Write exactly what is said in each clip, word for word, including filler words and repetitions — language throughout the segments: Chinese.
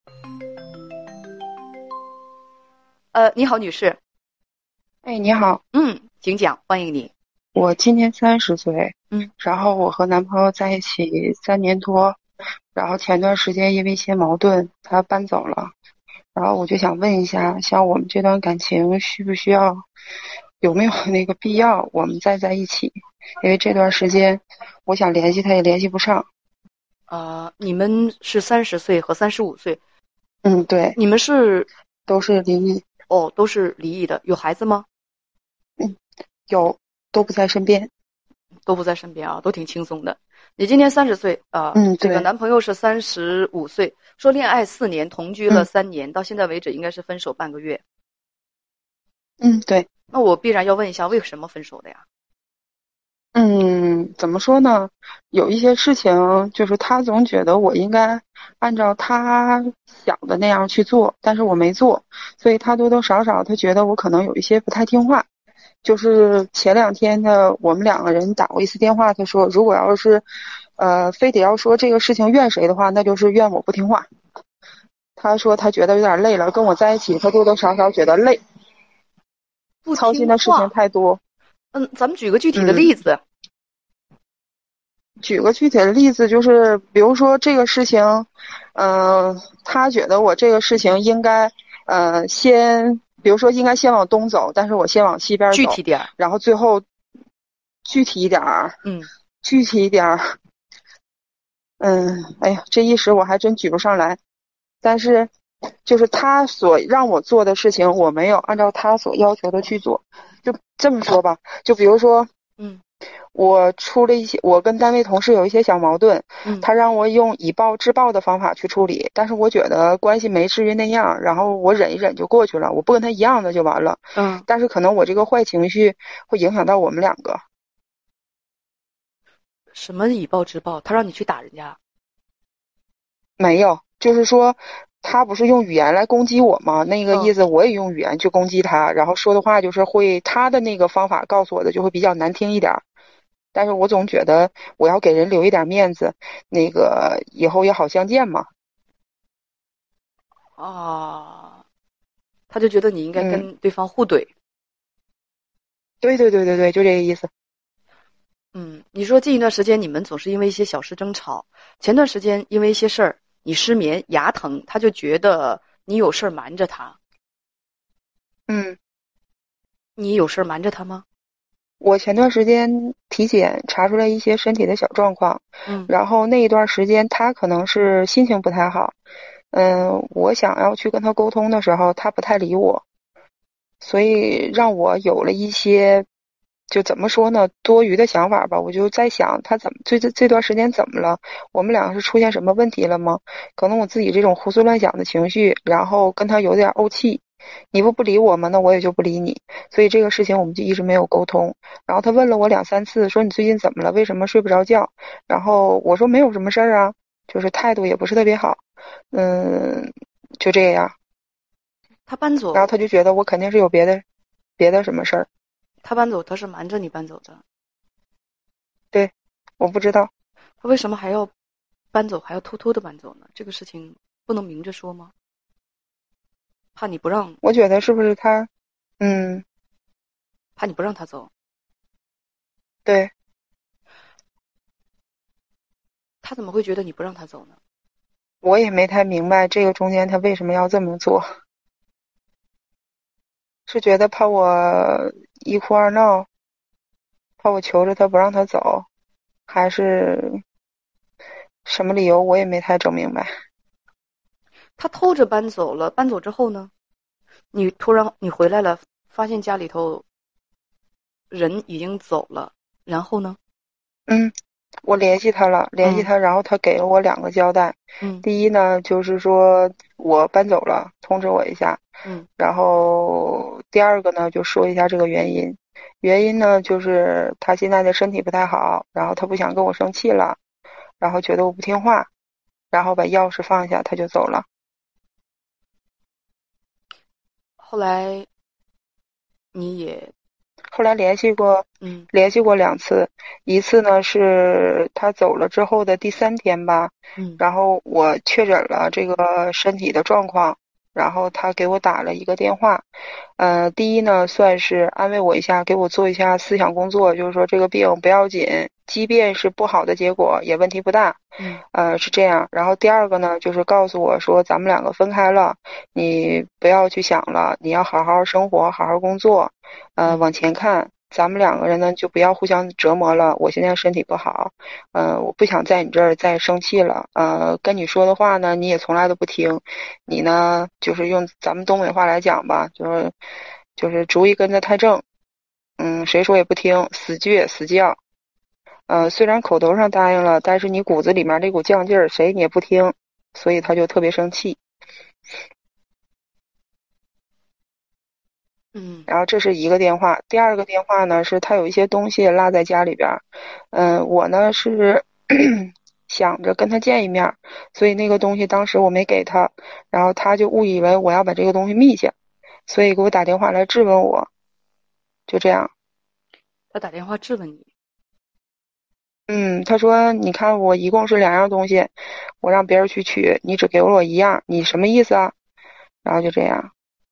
呃，你好，女士。 哎，你好， 嗯，请讲，欢迎你。 我今年三十岁， 嗯然后我和男朋友在一起三年多，然后前段时间因为一些矛盾，他搬走了，然后我就想问一下，像我们这段感情需不需要，有没有那个必要我们再在一起？因为这段时间我想联系他也联系不上。 呃，你们是三十岁和三十五岁， 嗯，对， 你们是都是离异， 哦，都是离异的，有孩子吗？ 嗯，有，都不在身边。 都不在身边啊，都挺轻松的。你今年三十岁啊，呃嗯，对， 这个男朋友是三十五岁，说恋爱四年，同居了嗯三年，到现在为止应该是分手半个月。 嗯，对。 那我必然要问一下，为什么分手的呀？ 嗯，怎么说呢？有一些事情，就是他总觉得我应该按照他想的那样去做，但是我没做，所以他多多少少他觉得我可能有一些不太听话。就是前两天他我们两个人打过一次电话，他说如果要是，呃，非得要说这个事情怨谁的话，那就是怨我不听话。他说他觉得有点累了，跟我在一起，他多多少少觉得累， 不操心的事情听话。 太多。 嗯，咱们举个具体的嗯。 例子。 举个具体的例子，就是比如说这个事情，嗯、呃，他觉得我这个事情应该，呃，先，比如说应该先往东走，但是我先往西边走， 具体点儿。 然后最后具体一点儿， 嗯。 具体一点儿，嗯，哎呀，这一时我还真举不上来，但是就是他所让我做的事情，我没有按照他所要求的去做，就这么说吧，就比如说。 嗯我出了一些，我跟单位同事有一些小矛盾， 嗯他让我用以暴制暴的方法去处理，但是我觉得关系没至于那样，然后我忍一忍就过去了，我不跟他一样的就完了。 嗯。 但是可能我这个坏情绪会影响到我们两个。 什么以暴制暴？他让你去打人家？ 没有，就是说他不是用语言来攻击我吗？那个意嗯。 思我也用语言去攻击他，然后说的话就是会他的那个方法告诉我的就会比较难听一点。但是我总觉得我要给人留一点面子，那个以后也好相见嘛。 啊，他就觉得你应该嗯， 跟对方互怼。 对对对对对，就这个意思。 嗯，你说近一段时间你们总是因为一些小事争吵，前段时间因为一些事儿你失眠牙疼，他就觉得你有事儿瞒着他。 嗯， 你有事儿瞒着他吗？ 我前段时间体检查出来一些身体的小状况， 嗯。 然后那一段时间他可能是心情不太好，嗯，我想要去跟他沟通的时候，他不太理我，所以让我有了一些，就怎么说呢，多余的想法吧。我就在想，他怎么这这这段时间怎么了？我们两个是出现什么问题了吗？可能我自己这种胡思乱想的情绪，然后跟他有点怄气。你不不理我吗？那我也就不理你。所以这个事情我们就一直没有沟通。然后他问了我两三次，说你最近怎么了？为什么睡不着觉？然后我说没有什么事儿啊，就是态度也不是特别好。嗯，就这样。 他搬走。 然后他就觉得我肯定是有别的别的什么事儿。 他搬走，他是瞒着你搬走的。 对，我不知道。 他为什么还要搬走，还要偷偷的搬走呢？这个事情不能明着说吗？怕你不让， 我觉得是不是他，嗯， 怕你不让他走。 对， 他怎么会觉得你不让他走呢？ 我也没太明白这个中间他为什么要这么做，是觉得怕我一哭二闹，怕我求着他不让他走，还是什么理由？我也没太整明白。 他偷着搬走了，搬走之后呢，你突然你回来了，发现家里头人已经走了，然后呢？ 嗯，我联系他了，联系嗯他，然后他给了我两个交代。 嗯第一呢，就是说我搬走了，通知我一下。 嗯。 然后第二个呢，就说一下这个原因。原因呢，就是他现在的身体不太好，然后他不想跟我生气了，然后觉得我不听话，然后把钥匙放下，他就走了。 后来你也后来联系过， 嗯联系过两次，一次呢是他走了之后的第三天吧， 嗯然后我确诊了这个身体的状况，然后他给我打了一个电话，呃，第一呢算是安慰我一下，给我做一下思想工作，就是说这个病不要紧，即便是不好的结果也问题不大， 嗯呃，是这样。然后第二个呢，就是告诉我说咱们两个分开了，你不要去想了，你要好好生活，好好工作，呃， 嗯往前看。咱们两个人呢，就不要互相折磨了。我现在身体不好，呃，我不想在你这儿再生气了。呃，跟你说的话呢，你也从来都不听。你呢，就是用咱们东北话来讲吧，就是就是主意跟着太正，嗯，谁说也不听，死倔死犟。呃，虽然口头上答应了，但是你骨子里面那股犟劲儿，谁你也不听，所以他就特别生气。 嗯然后这是一个电话，第二个电话呢是他有一些东西落在家里边儿，嗯、我呢是想着跟他见一面，所以那个东西当时我没给他，然后他就误以为我要把这个东西密下，所以给我打电话来质问我，就这样。 他打电话质问你。 嗯，他说你看我一共是两样东西，我让别人去取，你只给了我一样，你什么意思啊？然后就这样。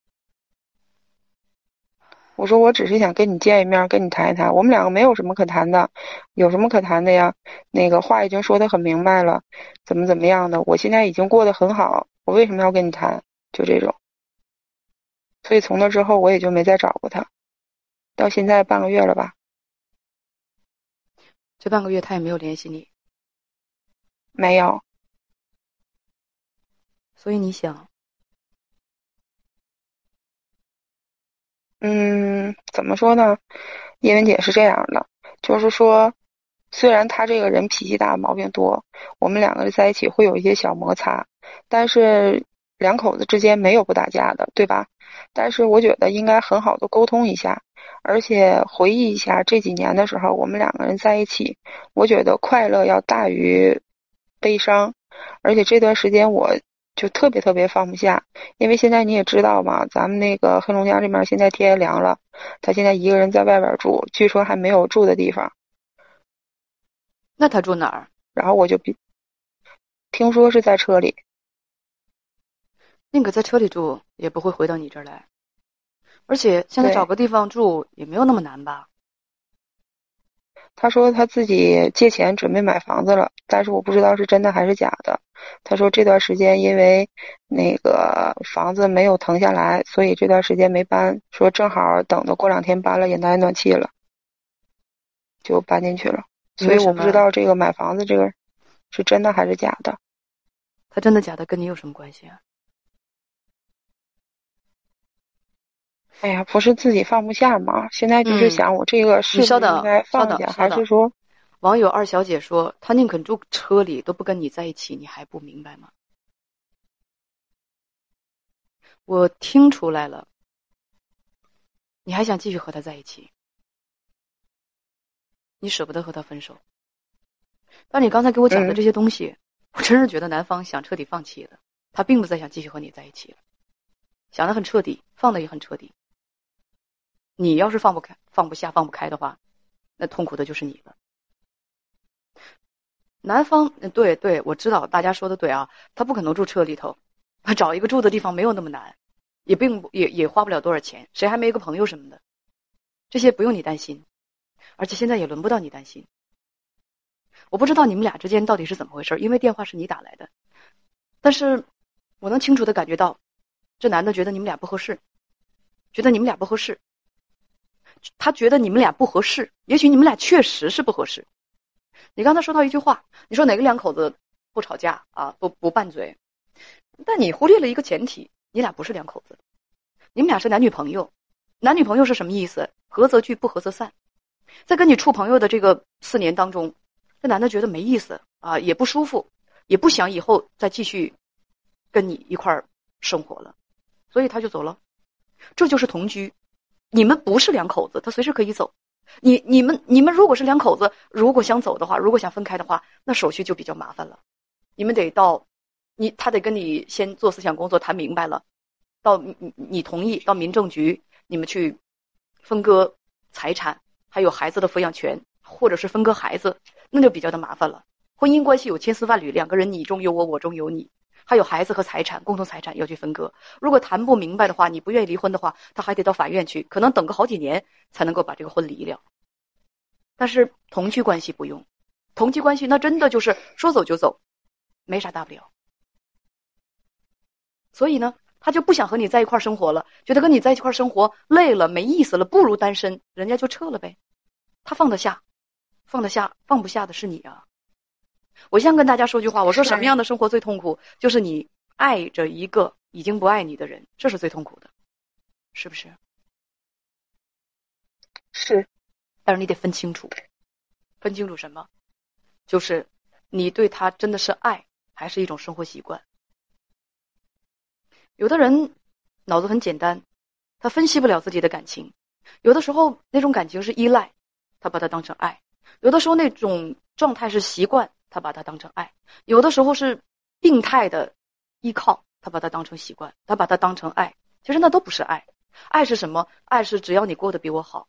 我说我只是想跟你见一面，跟你谈一谈，我们两个没有什么可谈的，有什么可谈的呀？那个话已经说得很明白了，怎么怎么样的，我现在已经过得很好，我为什么要跟你谈？就这种。所以从那之后我也就没再找过他，到现在半个月了吧？ 这半个月他也没有联系你， 没有。 所以你想， 嗯，怎么说呢？叶文姐是这样的，就是说，虽然他这个人脾气大，毛病多，我们两个人在一起会有一些小摩擦，但是两口子之间没有不打架的，对吧？但是我觉得应该很好的沟通一下，而且回忆一下这几年的时候，我们两个人在一起，我觉得快乐要大于悲伤，而且这段时间我就特别特别放不下。因为现在你也知道嘛，咱们那个黑龙江这边现在天也凉了，他现在一个人在外边住，据说还没有住的地方。 那他住哪儿？ 然后我就比听说是在车里。 那个在车里住也不会回到你这儿来，而且现在对， 找个地方住也没有那么难吧？ 他说他自己借钱准备买房子了，但是我不知道是真的还是假的。他说这段时间因为那个房子没有腾下来，所以这段时间没搬，说正好等着过两天搬了也难暖气了，就搬进去了。所以我不知道这个买房子这个是真的还是假的。 他真的假的跟你有什么关系啊？ 哎呀，不是自己放不下吗？现在就是想我这个是不是应该放下，还是说？ 网友二小姐说，她宁肯住车里都不跟你在一起，你还不明白吗？我听出来了，你还想继续和他在一起，你舍不得和他分手。但你刚才给我讲的这些东西，嗯、我真是觉得男方想彻底放弃了，他并不再想继续和你在一起了，想得很彻底，放得也很彻底。你要是放不开、放不下、放不开的话，那痛苦的就是你了。男方，对对，我知道大家说的对啊，他不可能住车里头，他找一个住的地方没有那么难，也并不也也花不了多少钱，谁还没一个朋友什么的，这些不用你担心，而且现在也轮不到你担心。我不知道你们俩之间到底是怎么回事，因为电话是你打来的，但是我能清楚的感觉到，这男的觉得你们俩不合适，觉得你们俩不合适。他觉得你们俩不合适，也许你们俩确实是不合适。你刚才说到一句话，你说哪个两口子不吵架啊，不不拌嘴，但你忽略了一个前提，你俩不是两口子，你们俩是男女朋友。男女朋友是什么意思？合则聚，不合则散。在跟你处朋友的这个四年当中，这男的觉得没意思啊，也不舒服，也不想以后再继续跟你一块儿生活了，所以他就走了。这就是同居。你们不是两口子，他随时可以走。你你们你们如果是两口子，如果想走的话，如果想分开的话，那手续就比较麻烦了。你们得到你他得跟你先做思想工作谈明白了，到你你同意到民政局你们去分割财产，还有孩子的抚养权，或者是分割孩子，那就比较的麻烦了。婚姻关系有千丝万缕，两个人你中有我，我中有你，还有孩子和财产，共同财产要去分割。如果谈不明白的话，你不愿意离婚的话，他还得到法院去，可能等个好几年才能够把这个婚离了。但是同居关系不用，同居关系那真的就是说走就走，没啥大不了。所以呢，他就不想和你在一块生活了，觉得跟你在一块生活累了没意思了，不如单身，人家就撤了呗。他放得下，放得下，放不下的是你啊。我先跟大家说句话，我说什么样的生活最痛苦，就是你爱着一个已经不爱你的人，这是最痛苦的，是不是？ 是。 但是你得分清楚，分清楚什么，就是你对他真的是爱，还是一种生活习惯。有的人脑子很简单，他分析不了自己的感情，有的时候那种感情是依赖，他把它当成爱，有的时候那种状态是习惯，他把它当成爱，有的时候是病态的依靠，他把它当成习惯，他把它当成爱，其实那都不是爱。爱是什么？爱是只要你过得比我好，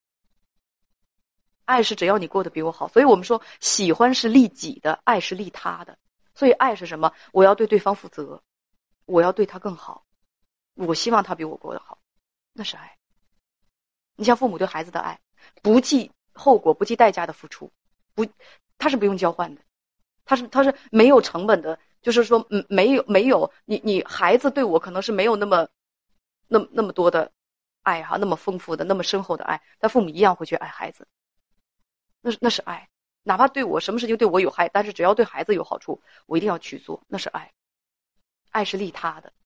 爱是只要你过得比我好。所以我们说喜欢是利己的，爱是利他的。所以爱是什么？我要对对方负责，我要对他更好，我希望他比我过得好，那是爱。你像父母对孩子的爱，不计后果不计代价的付出，不，他是不用交换的，他是他是没有成本的，就是说嗯没有没有你你孩子对我可能是没有那么那么那么多的爱哈，那么丰富的那么深厚的爱，但父母一样会去爱孩子，那是那是爱。哪怕对我什么事情对我有害，但是只要对孩子有好处，我一定要去做，那是爱。爱是利他的。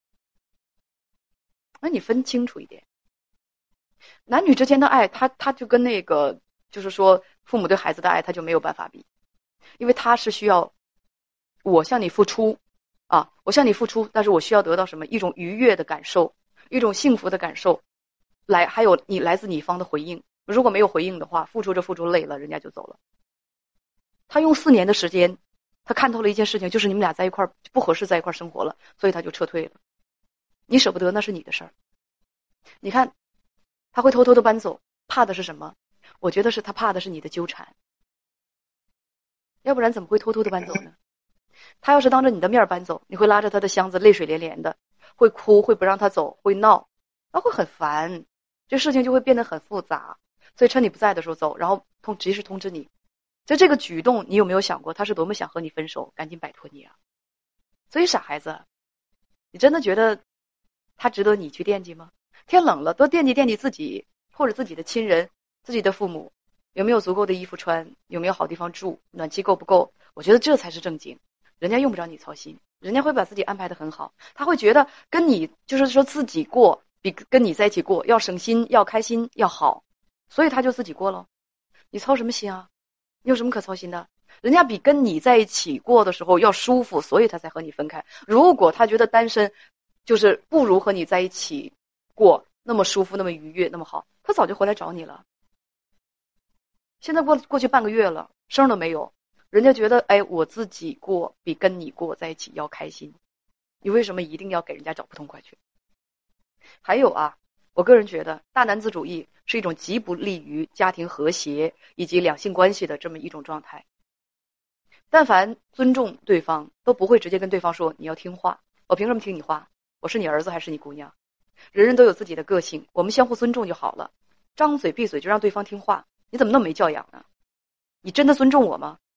那你分清楚一点，男女之间的爱，他他就跟那个就是说父母对孩子的爱，他就没有办法比，因为他是需要我向你付出啊，我向你付出，但是我需要得到什么？一种愉悦的感受，一种幸福的感受，来还有你来自你方的回应。如果没有回应的话，付出着付出累了，人家就走了。他用四年的时间，他看透了一件事情，就是你们俩在一块不合适，在一块生活了，所以他就撤退了。你舍不得那是你的事儿。你看他会偷偷的搬走，怕的是什么？我觉得是他怕的是你的纠缠，要不然怎么会偷偷的搬走呢？他要是当着你的面搬走，你会拉着他的箱子泪水连连的，会哭，会不让他走，会闹，那会很烦，这事情就会变得很复杂。所以趁你不在的时候走，然后通及时通知你。就这个举动，你有没有想过他是多么想和你分手，赶紧摆脱你啊？所以傻孩子，你真的觉得他值得你去惦记吗？天冷了，多惦记惦记自己，或者自己的亲人，自己的父母，有没有足够的衣服穿，有没有好地方住，暖气够不够？我觉得这才是正经。人家用不着你操心，人家会把自己安排得很好，他会觉得跟你就是说自己过比跟你在一起过要省心，要开心，要好，所以他就自己过了。你操什么心啊？你有什么可操心的？人家比跟你在一起过的时候要舒服，所以他才和你分开。如果他觉得单身就是不如和你在一起过那么舒服，那么愉悦，那么好，他早就回来找你了。现在过过去半个月了，声都没有，人家觉得哎，我自己过比跟你过在一起要开心，你为什么一定要给人家找不痛快去？还有啊，我个人觉得大男子主义是一种极不利于家庭和谐以及两性关系的这么一种状态。但凡尊重对方，都不会直接跟对方说你要听话，我凭什么听你话？我是你儿子还是你姑娘？人人都有自己的个性，我们相互尊重就好了。张嘴闭嘴就让对方听话，你怎么那么没教养呢？你真的尊重我吗？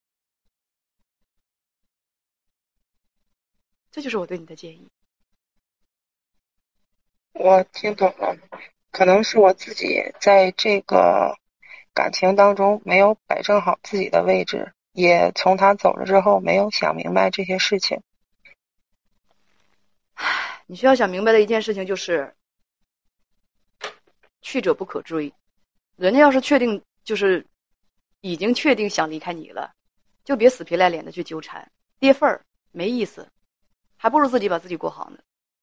这就是我对你的建议。 我听懂了，可能是我自己在这个感情当中没有摆正好自己的位置，也从他走了之后没有想明白这些事情。 你需要想明白的一件事情就是，去者不可追。人家要是确定就是已经确定想离开你了，就别死皮赖脸的去纠缠，跌份儿没意思，还不如自己把自己过好呢。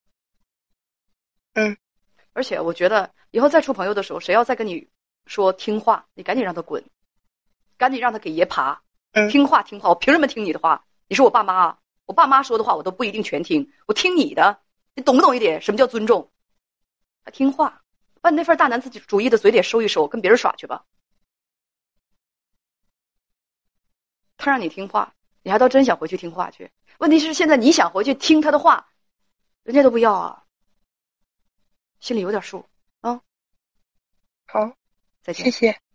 嗯， 而且我觉得以后再处朋友的时候，谁要再跟你说听话，你赶紧让他滚，赶紧让他给爷爬。 嗯， 听话听话，我凭什么听你的话？你是我爸妈啊，我爸妈说的话我都不一定全听，我听你的，你懂不懂一点？什么叫尊重？听话， 把你那份大男子主义的嘴脸收一收，跟别人耍去吧。他让你听话，你还倒真想回去听话去。问题是现在你想回去听他的话，人家都不要啊，心里有点数啊。 好， 再见。 谢谢。